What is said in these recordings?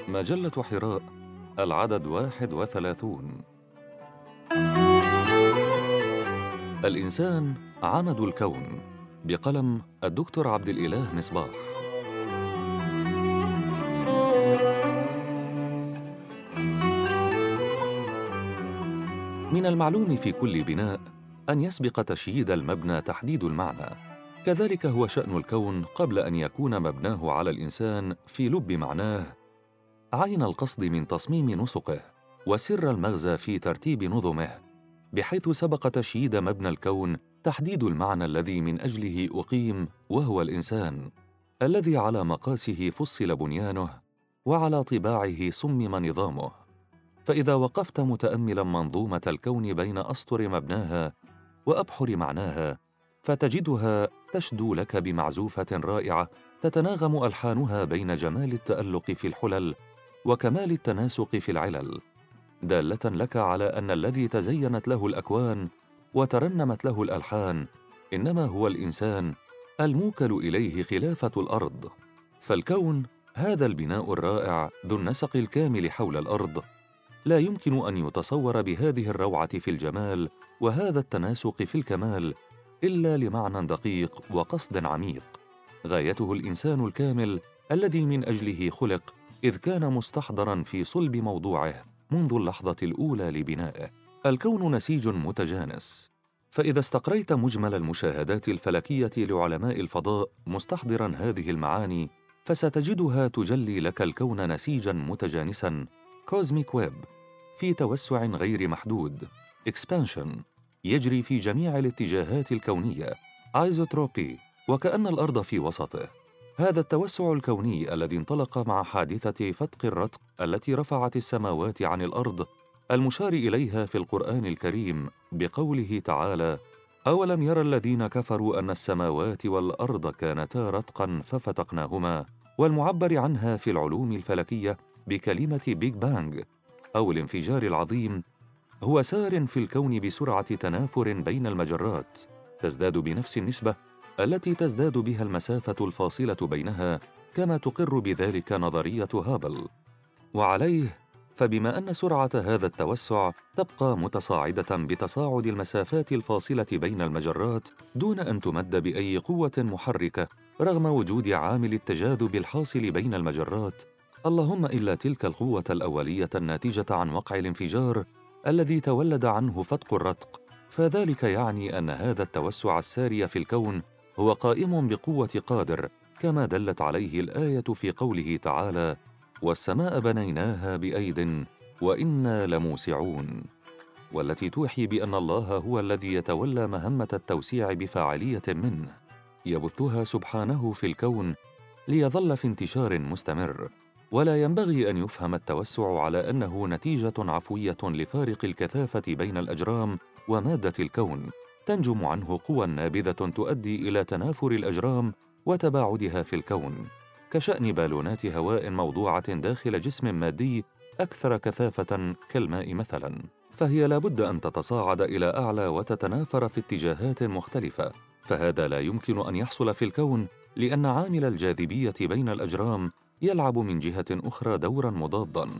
مجلة حراء، العدد 31. الإنسان عمد الكون، بقلم الدكتور عبد الإله مصباح. من المعلوم في كل بناء أن يسبق تشييد المبنى تحديد المعنى، كذلك هو شأن الكون قبل أن يكون مبناه على الإنسان في لب معناه، عين القصد من تصميم نسقه وسر المغزى في ترتيب نظمه، بحيث سبق تشييد مبنى الكون تحديد المعنى الذي من أجله أقيم، وهو الإنسان الذي على مقاسه فصل بنيانه وعلى طباعه صمم نظامه. فإذا وقفت متأملاً منظومة الكون بين أسطر مبناها وأبحر معناها، فتجدها تشدو لك بمعزوفة رائعة تتناغم ألحانها بين جمال التألق في الحلل وكمال التناسق في العلل، دالة لك على أن الذي تزينت له الأكوان وترنمت له الألحان إنما هو الإنسان الموكل إليه خلافة الأرض. فالكون، هذا البناء الرائع ذو النسق الكامل حول الأرض، لا يمكن أن يتصور بهذه الروعة في الجمال وهذا التناسق في الكمال إلا لمعنى دقيق وقصد عميق، غايته الإنسان الكامل الذي من أجله خلق، إذ كان مستحضراً في صلب موضوعه منذ اللحظة الأولى لبنائه. الكون نسيج متجانس، فإذا استقريت مجمل المشاهدات الفلكية لعلماء الفضاء مستحضراً هذه المعاني، فستجدها تجلي لك الكون نسيجاً متجانساً كوزميك ويب في توسع غير محدود expansion يجري في جميع الاتجاهات الكونية ايزوتروبي، وكأن الأرض في وسطه. هذا التوسع الكوني الذي انطلق مع حادثة فتق الرتق التي رفعت السماوات عن الأرض، المشار إليها في القرآن الكريم بقوله تعالى: أولم يرى الذين كفروا أن السماوات والأرض كانتا رتقا ففتقناهما، والمعبر عنها في العلوم الفلكية بكلمة بيج بانج أو الانفجار العظيم، هو سار في الكون بسرعة تنافر بين المجرات تزداد بنفس النسبة التي تزداد بها المسافة الفاصلة بينها، كما تقر بذلك نظرية هابل. وعليه فبما أن سرعة هذا التوسع تبقى متصاعدة بتصاعد المسافات الفاصلة بين المجرات دون أن تمد بأي قوة محركة رغم وجود عامل التجاذب الحاصل بين المجرات، اللهم إلا تلك القوة الأولية الناتجة عن وقع الانفجار الذي تولد عنه فتق الرتق، فذلك يعني أن هذا التوسع الساري في الكون هو قائم بقوة قادر، كما دلت عليه الآية في قوله تعالى: والسماء بنيناها بأيد وإنا لموسعون، والتي توحي بأن الله هو الذي يتولى مهمة التوسيع بفاعلية منه، يبثها سبحانه في الكون ليظل في انتشار مستمر. ولا ينبغي أن يفهم التوسع على أنه نتيجة عفوية لفارق الكثافة بين الأجرام ومادة الكون، تنجم عنه قوى نابذة تؤدي إلى تنافر الأجرام وتباعدها في الكون، كشأن بالونات هواء موضوعة داخل جسم مادي أكثر كثافة كالماء مثلاً، فهي لابد أن تتصاعد إلى أعلى وتتنافر في اتجاهات مختلفة، فهذا لا يمكن أن يحصل في الكون لأن عامل الجاذبية بين الأجرام يلعب من جهة أخرى دوراً مضاداً.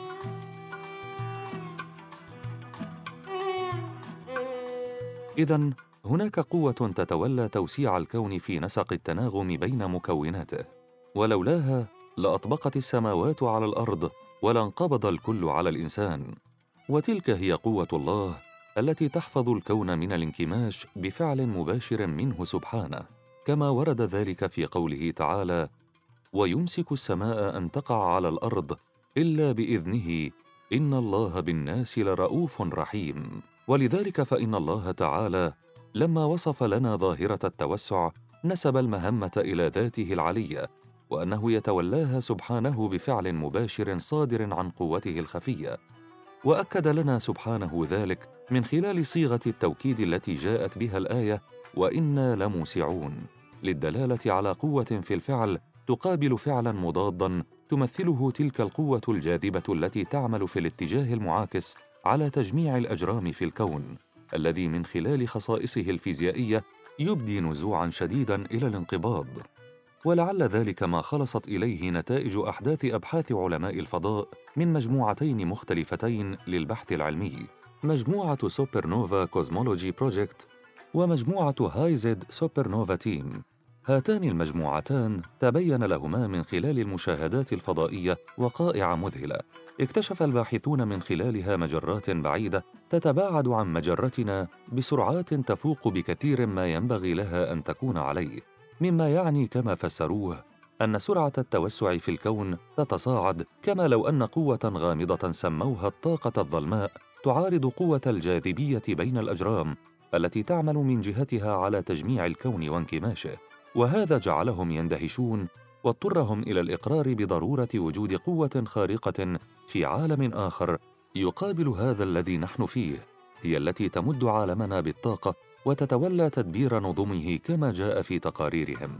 إذن هناك قوة تتولى توسيع الكون في نسق التناغم بين مكوناته، ولولاها لأطبقت السماوات على الأرض ولانقبض الكل على الإنسان، وتلك هي قوة الله التي تحفظ الكون من الانكماش بفعل مباشر منه سبحانه، كما ورد ذلك في قوله تعالى: ويمسك السماء أن تقع على الأرض إلا بإذنه إن الله بالناس لرؤوف رحيم. ولذلك فإن الله تعالى لما وصف لنا ظاهرة التوسع نسب المهمة إلى ذاته العلية، وأنه يتولاها سبحانه بفعل مباشر صادر عن قوته الخفية، وأكد لنا سبحانه ذلك من خلال صيغة التوكيد التي جاءت بها الآية: وإنا لموسعون، للدلالة على قوة في الفعل تقابل فعلاً مضاداً تمثله تلك القوة الجاذبة التي تعمل في الاتجاه المعاكس على تجميع الأجرام في الكون، الذي من خلال خصائصه الفيزيائية يبدي نزوعاً شديداً إلى الانقباض. ولعل ذلك ما خلصت إليه نتائج أحداث أبحاث علماء الفضاء من مجموعتين مختلفتين للبحث العلمي، مجموعة سوبرنوفا كوزمولوجي بروجكت ومجموعة هايزد سوبرنوفا تيم. هاتان المجموعتان تبين لهما من خلال المشاهدات الفضائية وقائع مذهلة اكتشف الباحثون من خلالها مجرات بعيدة تتباعد عن مجرتنا بسرعات تفوق بكثير ما ينبغي لها أن تكون عليه، مما يعني كما فسروه أن سرعة التوسع في الكون تتصاعد، كما لو أن قوة غامضة سموها الطاقة الظلماء تعارض قوة الجاذبية بين الأجرام التي تعمل من جهتها على تجميع الكون وانكماشه. وهذا جعلهم يندهشون واضطرهم إلى الإقرار بضرورة وجود قوة خارقة في عالم آخر يقابل هذا الذي نحن فيه، هي التي تمد عالمنا بالطاقة وتتولى تدبير نظمه كما جاء في تقاريرهم.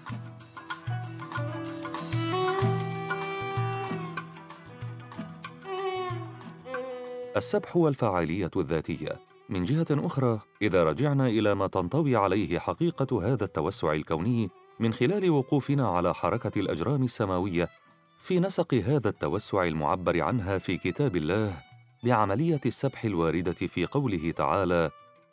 السبح والفاعلية الذاتية. من جهة أخرى، إذا رجعنا إلى ما تنطوي عليه حقيقة هذا التوسع الكوني من خلال وقوفنا على حركة الأجرام السماوية في نسق هذا التوسع المعبر عنها في كتاب الله بعملية السبح الواردة في قوله تعالى: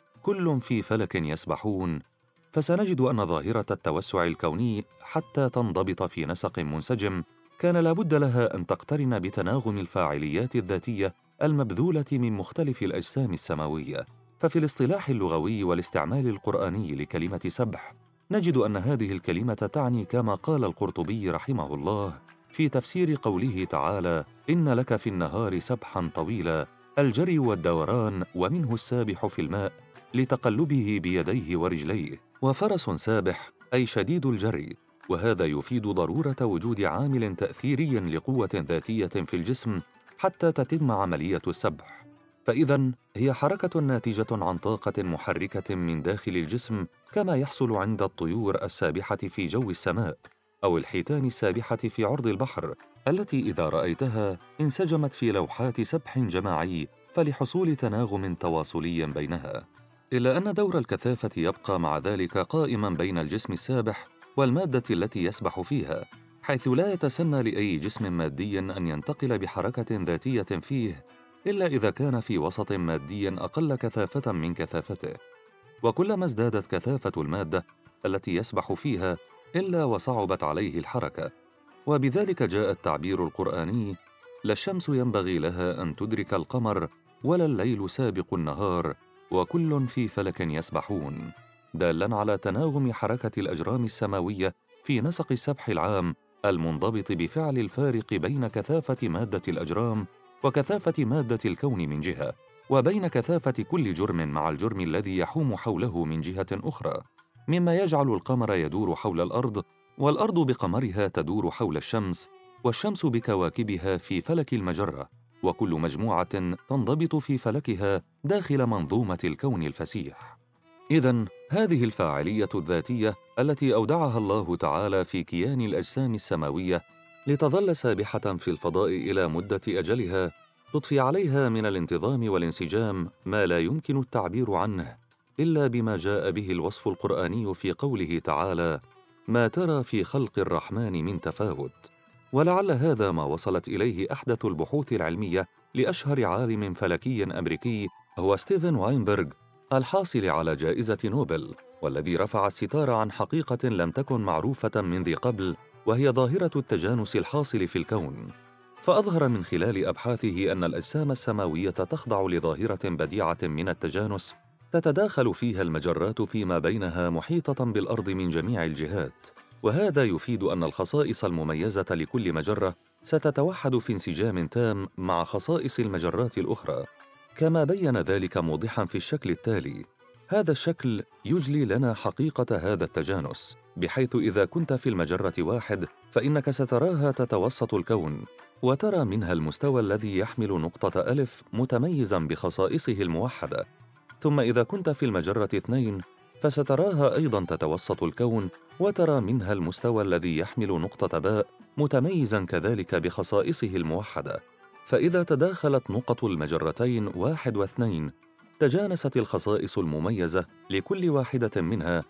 كل في فلك يسبحون، فسنجد أن ظاهرة التوسع الكوني حتى تنضبط في نسق منسجم كان لابد لها أن تقترن بتناغم الفاعليات الذاتية المبذولة من مختلف الأجسام السماوية. ففي الاصطلاح اللغوي والاستعمال القرآني لكلمة سبح نجد أن هذه الكلمة تعني كما قال القرطبي رحمه الله في تفسير قوله تعالى: إن لك في النهار سبحا طويلا، الجري والدوران، ومنه السابح في الماء لتقلبه بيديه ورجليه، وفرس سابح أي شديد الجري. وهذا يفيد ضرورة وجود عامل تأثيري لقوة ذاتية في الجسم حتى تتم عملية السبح. فإذن هي حركة ناتجة عن طاقة محركة من داخل الجسم، كما يحصل عند الطيور السابحة في جو السماء أو الحيتان السابحة في عرض البحر، التي إذا رأيتها انسجمت في لوحات سبح جماعي فلحصول تناغم تواصلي بينها. إلا أن دور الكثافة يبقى مع ذلك قائماً بين الجسم السابح والمادة التي يسبح فيها، حيث لا يتسنى لأي جسم مادي أن ينتقل بحركة ذاتية فيه إلا إذا كان في وسط مادي أقل كثافة من كثافته، وكلما ازدادت كثافة المادة التي يسبح فيها إلا وصعبت عليه الحركة. وبذلك جاء التعبير القرآني: لا الشمس ينبغي لها أن تدرك القمر ولا الليل سابق النهار وكل في فلك يسبحون، دالاً على تناغم حركة الأجرام السماوية في نسق السبح العام المنضبط بفعل الفارق بين كثافة مادة الأجرام وكثافة مادة الكون من جهة، وبين كثافة كل جرم مع الجرم الذي يحوم حوله من جهة أخرى، مما يجعل القمر يدور حول الأرض، والأرض بقمرها تدور حول الشمس، والشمس بكواكبها في فلك المجرة، وكل مجموعة تنضبط في فلكها داخل منظومة الكون الفسيح. إذن هذه الفاعلية الذاتية التي أودعها الله تعالى في كيان الأجسام السماوية لتظل سابحة في الفضاء إلى مدة أجلها تضفي عليها من الانتظام والانسجام ما لا يمكن التعبير عنه إلا بما جاء به الوصف القرآني في قوله تعالى: ما ترى في خلق الرحمن من تفاوت. ولعل هذا ما وصلت إليه أحدث البحوث العلمية لأشهر عالم فلكي أمريكي هو ستيفن واينبرغ، الحاصل على جائزة نوبل، والذي رفع الستار عن حقيقة لم تكن معروفة من ذي قبل، وهي ظاهرة التجانس الحاصل في الكون. فأظهر من خلال أبحاثه أن الأجسام السماوية تخضع لظاهرة بديعة من التجانس تتداخل فيها المجرات فيما بينها محيطة بالأرض من جميع الجهات، وهذا يفيد أن الخصائص المميزة لكل مجرة ستتوحد في انسجام تام مع خصائص المجرات الأخرى، كما بين ذلك موضحاً في الشكل التالي. هذا الشكل يجلي لنا حقيقة هذا التجانس، بحيث إذا كنت في المجرة واحد فإنك ستراها تتوسط الكون، وترى منها المستوى الذي يحمل نقطة ألف متميزاً بخصائصه الموحدة، ثم إذا كنت في المجرة 2 فستراها أيضاً تتوسط الكون، وترى منها المستوى الذي يحمل نقطة باء متميزاً كذلك بخصائصه الموحدة. فإذا تداخلت نقط المجرتين 1 و2 تجانست الخصائص المميزة لكل واحدة منها،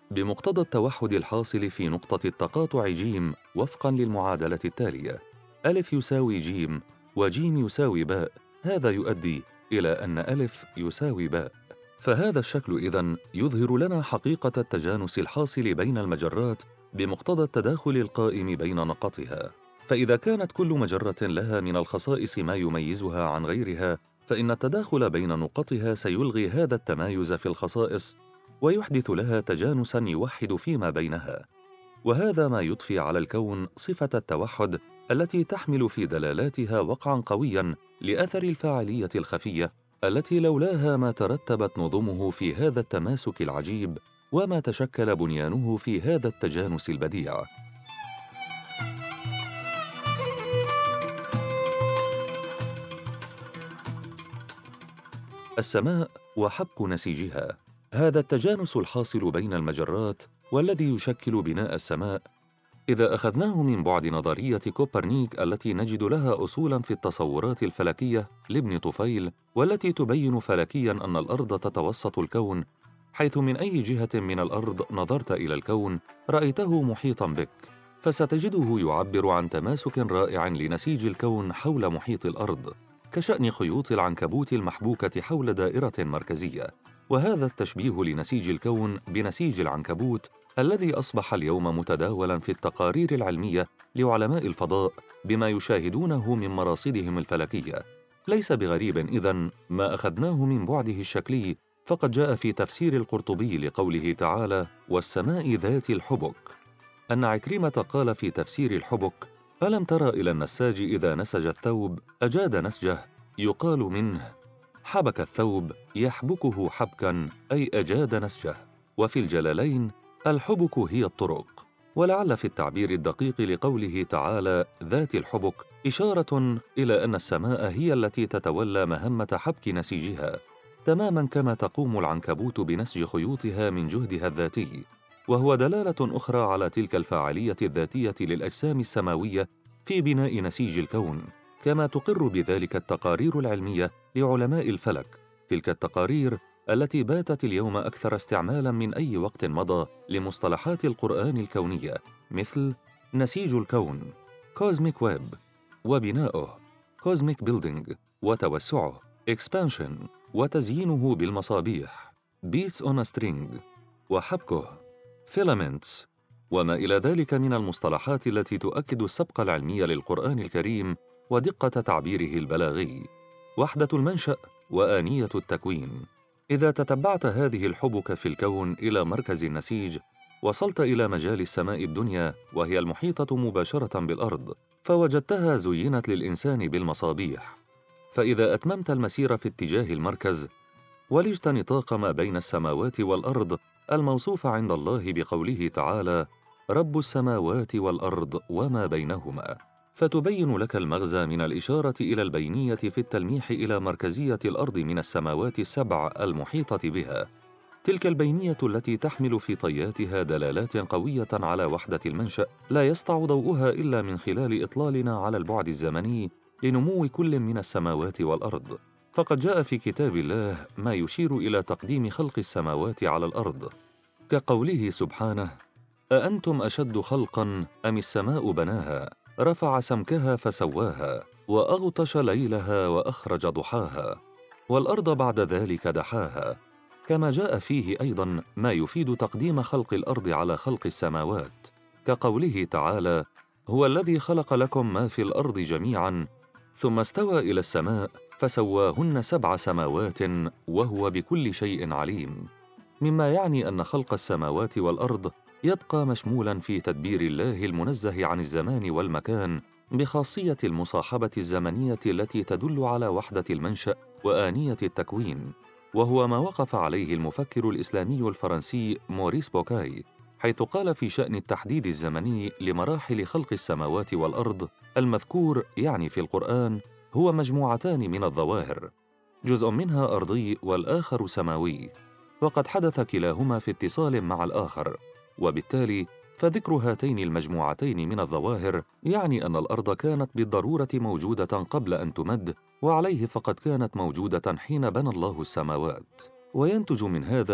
بمقتضى التوحد الحاصل في نقطة التقاطع ج وفقاً للمعادلة التالية: أ يساوي ج وج يساوي باء، هذا يؤدي إلى أن أ يساوي باء. فهذا الشكل إذن يظهر لنا حقيقة التجانس الحاصل بين المجرات بمقتضى التداخل القائم بين نقطها. فإذا كانت كل مجرة لها من الخصائص ما يميزها عن غيرها، فإن التداخل بين نقطها سيلغي هذا التمايز في الخصائص ويحدث لها تجانساً يوحد فيما بينها، وهذا ما يضفي على الكون صفة التوحد التي تحمل في دلالاتها وقعاً قوياً لأثر الفاعلية الخفية التي لولاها ما ترتبت نظمه في هذا التماسك العجيب وما تشكل بنيانه في هذا التجانس البديع. السماء وحبك نسيجها، هذا التجانس الحاصل بين المجرات والذي يشكل بناء السماء، إذا أخذناه من بعد نظرية كوبرنيك التي نجد لها أصولاً في التصورات الفلكية لابن طفيل، والتي تبين فلكياً أن الأرض تتوسط الكون، حيث من أي جهة من الأرض نظرت إلى الكون رأيته محيطاً بك، فستجده يعبر عن تماسك رائع لنسيج الكون حول محيط الأرض، كشأن خيوط العنكبوت المحبوكة حول دائرة مركزية. وهذا التشبيه لنسيج الكون بنسيج العنكبوت الذي أصبح اليوم متداولاً في التقارير العلمية لعلماء الفضاء بما يشاهدونه من مراصدهم الفلكية، ليس بغريب إذن ما أخذناه من بعده الشكلي، فقد جاء في تفسير القرطبي لقوله تعالى: والسماء ذات الحبك، أن عكرمة قال في تفسير الحبك: ألم تر إلى النساج إذا نسج الثوب أجاد نسجه، يقال منه حبك الثوب يحبكه حبكاً، أي أجاد نسجه. وفي الجلالين الحبك هي الطرق، ولعل في التعبير الدقيق لقوله تعالى ذات الحبك إشارة إلى أن السماء هي التي تتولى مهمة حبك نسيجها، تماماً كما تقوم العنكبوت بنسج خيوطها من جهدها الذاتي، وهو دلالة أخرى على تلك الفاعلية الذاتية للأجسام السماوية في بناء نسيج الكون، كما تقر بذلك التقارير العلمية لعلماء الفلك، تلك التقارير التي باتت اليوم أكثر استعمالاً من أي وقت مضى لمصطلحات القرآن الكونية، مثل نسيج الكون Cosmic Web، وبناؤه Cosmic Building، وتوسعه Expansion، وتزيينه بالمصابيح Beats on a String، وحبكه Filaments، وما إلى ذلك من المصطلحات التي تؤكد السبق العلمي للقرآن الكريم ودقة تعبيره البلاغي. وحدة المنشأ وآنية التكوين. إذا تتبعت هذه الحبك في الكون إلى مركز النسيج، وصلت إلى مجال السماء الدنيا وهي المحيطة مباشرة بالأرض، فوجدتها زينت للإنسان بالمصابيح. فإذا أتممت المسير في اتجاه المركز، ولجت نطاق ما بين السماوات والأرض الموصوف عند الله بقوله تعالى: رب السماوات والأرض وما بينهما، فتبين لك المغزى من الإشارة إلى البينية في التلميح إلى مركزية الأرض من السماوات السبع المحيطة بها، تلك البينية التي تحمل في طياتها دلالات قوية على وحدة المنشأ لا يسطع ضوءها إلا من خلال إطلالنا على البعد الزمني لنمو كل من السماوات والأرض. فقد جاء في كتاب الله ما يشير إلى تقديم خلق السماوات على الأرض، كقوله سبحانه: أأنتم أشد خلقاً أم السماء بناها رفع سمكها فسواها وأغطش ليلها وأخرج ضحاها والأرض بعد ذلك دحاها. كما جاء فيه أيضاً ما يفيد تقديم خلق الأرض على خلق السماوات، كقوله تعالى: هو الذي خلق لكم ما في الأرض جميعاً ثم استوى إلى السماء فسواهن 7 سماوات وهو بكل شيء عليم، مما يعني أن خلق السماوات والأرض يبقى مشمولاً في تدبير الله المنزه عن الزمان والمكان، بخاصية المصاحبة الزمنية التي تدل على وحدة المنشأ وآنية التكوين، وهو ما وقف عليه المفكر الإسلامي الفرنسي موريس بوكاي، حيث قال في شأن التحديد الزمني لمراحل خلق السماوات والأرض: المذكور يعني في القرآن هو مجموعتان من الظواهر، جزء منها أرضي والآخر سماوي، وقد حدث كلاهما في اتصال مع الآخر، وبالتالي فذكر هاتين المجموعتين من الظواهر يعني أن الأرض كانت بالضرورة موجودة قبل أن تمد، وعليه فقد كانت موجودة حين بنى الله السماوات. وينتج من هذا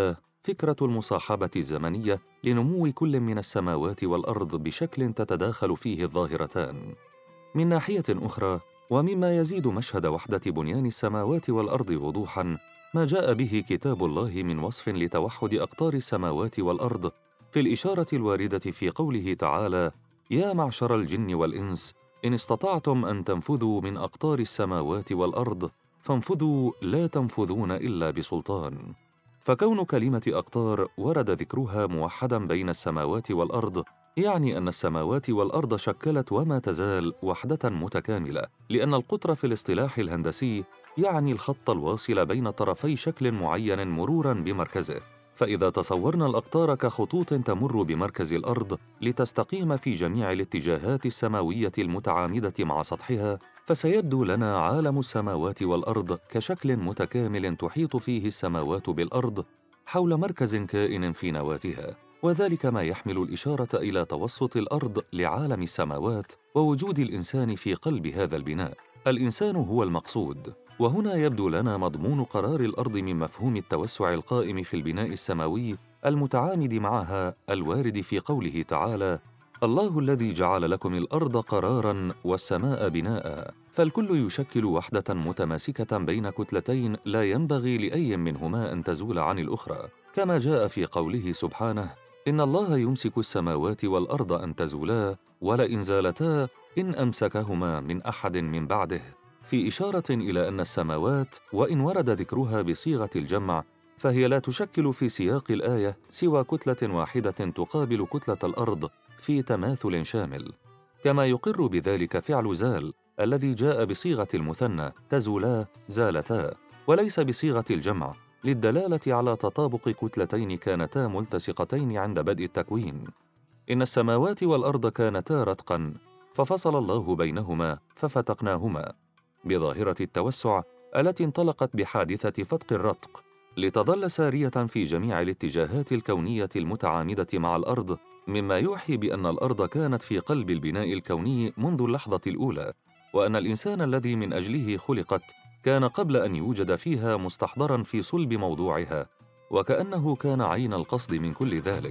فكرة المصاحبة الزمنية لنمو كل من السماوات والأرض بشكل تتداخل فيه الظاهرتان. من ناحية أخرى، ومما يزيد مشهد وحدة بنيان السماوات والأرض وضوحاً، ما جاء به كتاب الله من وصف لتوحد أقطار السماوات والأرض، في الإشارة الواردة في قوله تعالى: يا معشر الجن والإنس إن استطعتم أن تنفذوا من أقطار السماوات والأرض فانفذوا لا تنفذون إلا بسلطان. فكون كلمة أقطار ورد ذكرها موحداً بين السماوات والأرض، يعني أن السماوات والأرض شكلت وما تزال وحدة متكاملة، لأن القطر في الاصطلاح الهندسي يعني الخط الواصل بين طرفي شكل معين مروراً بمركزه. فإذا تصورنا الأقطار كخطوط تمر بمركز الأرض لتستقيم في جميع الاتجاهات السماوية المتعامدة مع سطحها، فسيبدو لنا عالم السماوات والأرض كشكل متكامل تحيط فيه السماوات بالأرض حول مركز كائن في نواتها، وذلك ما يحمل الإشارة إلى توسط الأرض لعالم السماوات ووجود الإنسان في قلب هذا البناء. الإنسان هو المقصود، وهنا يبدو لنا مضمون قرار الأرض من مفهوم التوسع القائم في البناء السماوي المتعامد معها الوارد في قوله تعالى: الله الذي جعل لكم الأرض قراراً والسماء بناءً. فالكل يشكل وحدة متماسكة بين كتلتين لا ينبغي لأي منهما أن تزول عن الأخرى، كما جاء في قوله سبحانه: إن الله يمسك السماوات والأرض أن تزولا ولئن زالتا إن أمسكهما من أحد من بعده، في إشارة إلى أن السماوات وإن ورد ذكرها بصيغة الجمع فهي لا تشكل في سياق الآية سوى كتلة واحدة تقابل كتلة الأرض في تماثل شامل، كما يقر بذلك فعل زال الذي جاء بصيغة المثنى تزولا زالتا، وليس بصيغة الجمع، للدلالة على تطابق كتلتين كانتا ملتصقتين عند بدء التكوين. إن السماوات والأرض كانتا رتقاً ففصل الله بينهما ففتقناهما، بظاهرة التوسع التي انطلقت بحادثة فتق الرتق لتظل سارية في جميع الاتجاهات الكونية المتعامدة مع الأرض، مما يوحي بأن الأرض كانت في قلب البناء الكوني منذ اللحظة الأولى، وأن الإنسان الذي من أجله خلقت كان قبل أن يوجد فيها مستحضراً في صلب موضوعها، وكأنه كان عين القصد من كل ذلك.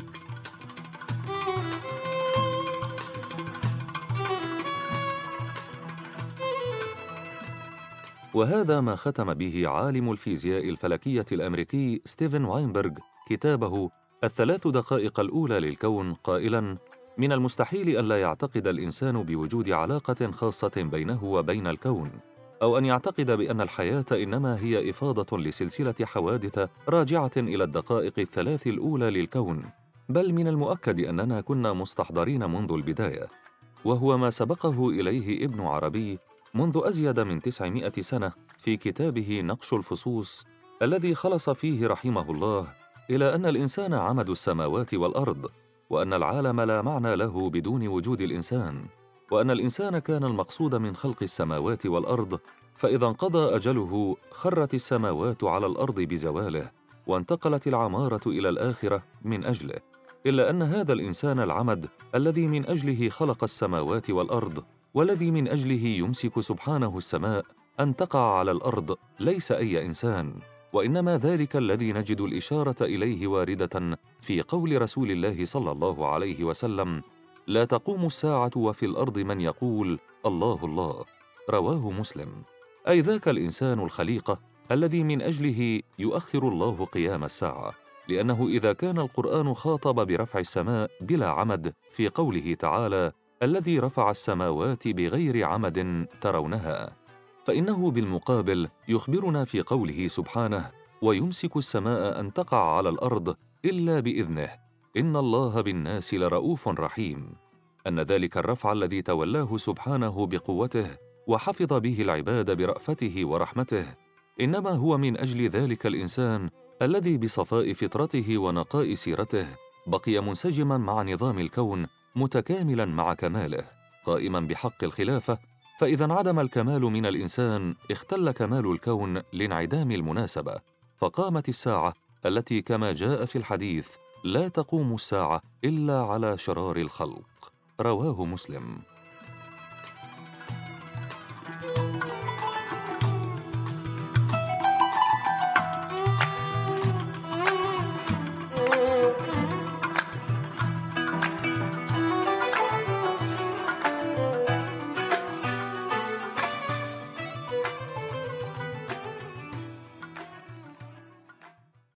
وهذا ما ختم به عالم الفيزياء الفلكية الأمريكي ستيفن واينبرغ كتابه 3 دقائق الأولى للكون، قائلاً: من المستحيل ألا يعتقد الإنسان بوجود علاقة خاصة بينه وبين الكون، أو أن يعتقد بأن الحياة إنما هي إفاضة لسلسلة حوادث راجعة إلى الدقائق 3 الأولى للكون، بل من المؤكد أننا كنا مستحضرين منذ البداية، وهو ما سبقه إليه ابن عربي منذ أزيد من 900 سنة في كتابه نقش الفصوص، الذي خلص فيه رحمه الله إلى أن الإنسان عمد السماوات والأرض، وأن العالم لا معنى له بدون وجود الإنسان، وأن الإنسان كان المقصود من خلق السماوات والأرض، فإذا انقضى أجله خرت السماوات على الأرض بزواله، وانتقلت العمارة إلى الآخرة من أجله، إلا أن هذا الإنسان العمد الذي من أجله خلق السماوات والأرض والذي من أجله يمسك سبحانه السماء أن تقع على الأرض ليس أي إنسان، وإنما ذلك الذي نجد الإشارة إليه واردة في قول رسول الله صلى الله عليه وسلم: لا تقوم الساعة وفي الأرض من يقول الله الله، رواه مسلم. أي ذاك الإنسان الخليقة الذي من أجله يؤخر الله قيام الساعة، لأنه إذا كان القرآن خاطب برفع السماء بلا عمد في قوله تعالى: الذي رفع السماوات بغير عمد ترونها، فإنه بالمقابل يخبرنا في قوله سبحانه: ويمسك السماء أن تقع على الأرض إلا بإذنه إن الله بالناس لرؤوف رحيم، أن ذلك الرفع الذي تولاه سبحانه بقوته وحفظ به العباد برأفته ورحمته إنما هو من أجل ذلك الإنسان الذي بصفاء فطرته ونقاء سيرته بقي منسجما مع نظام الكون متكاملا مع كماله، قائما بحق الخلافة، فإذا انعدم الكمال من الإنسان اختل كمال الكون لانعدام المناسبة، فقامت الساعة التي كما جاء في الحديث: لا تقوم الساعة إلا على شرار الخلق، رواه مسلم.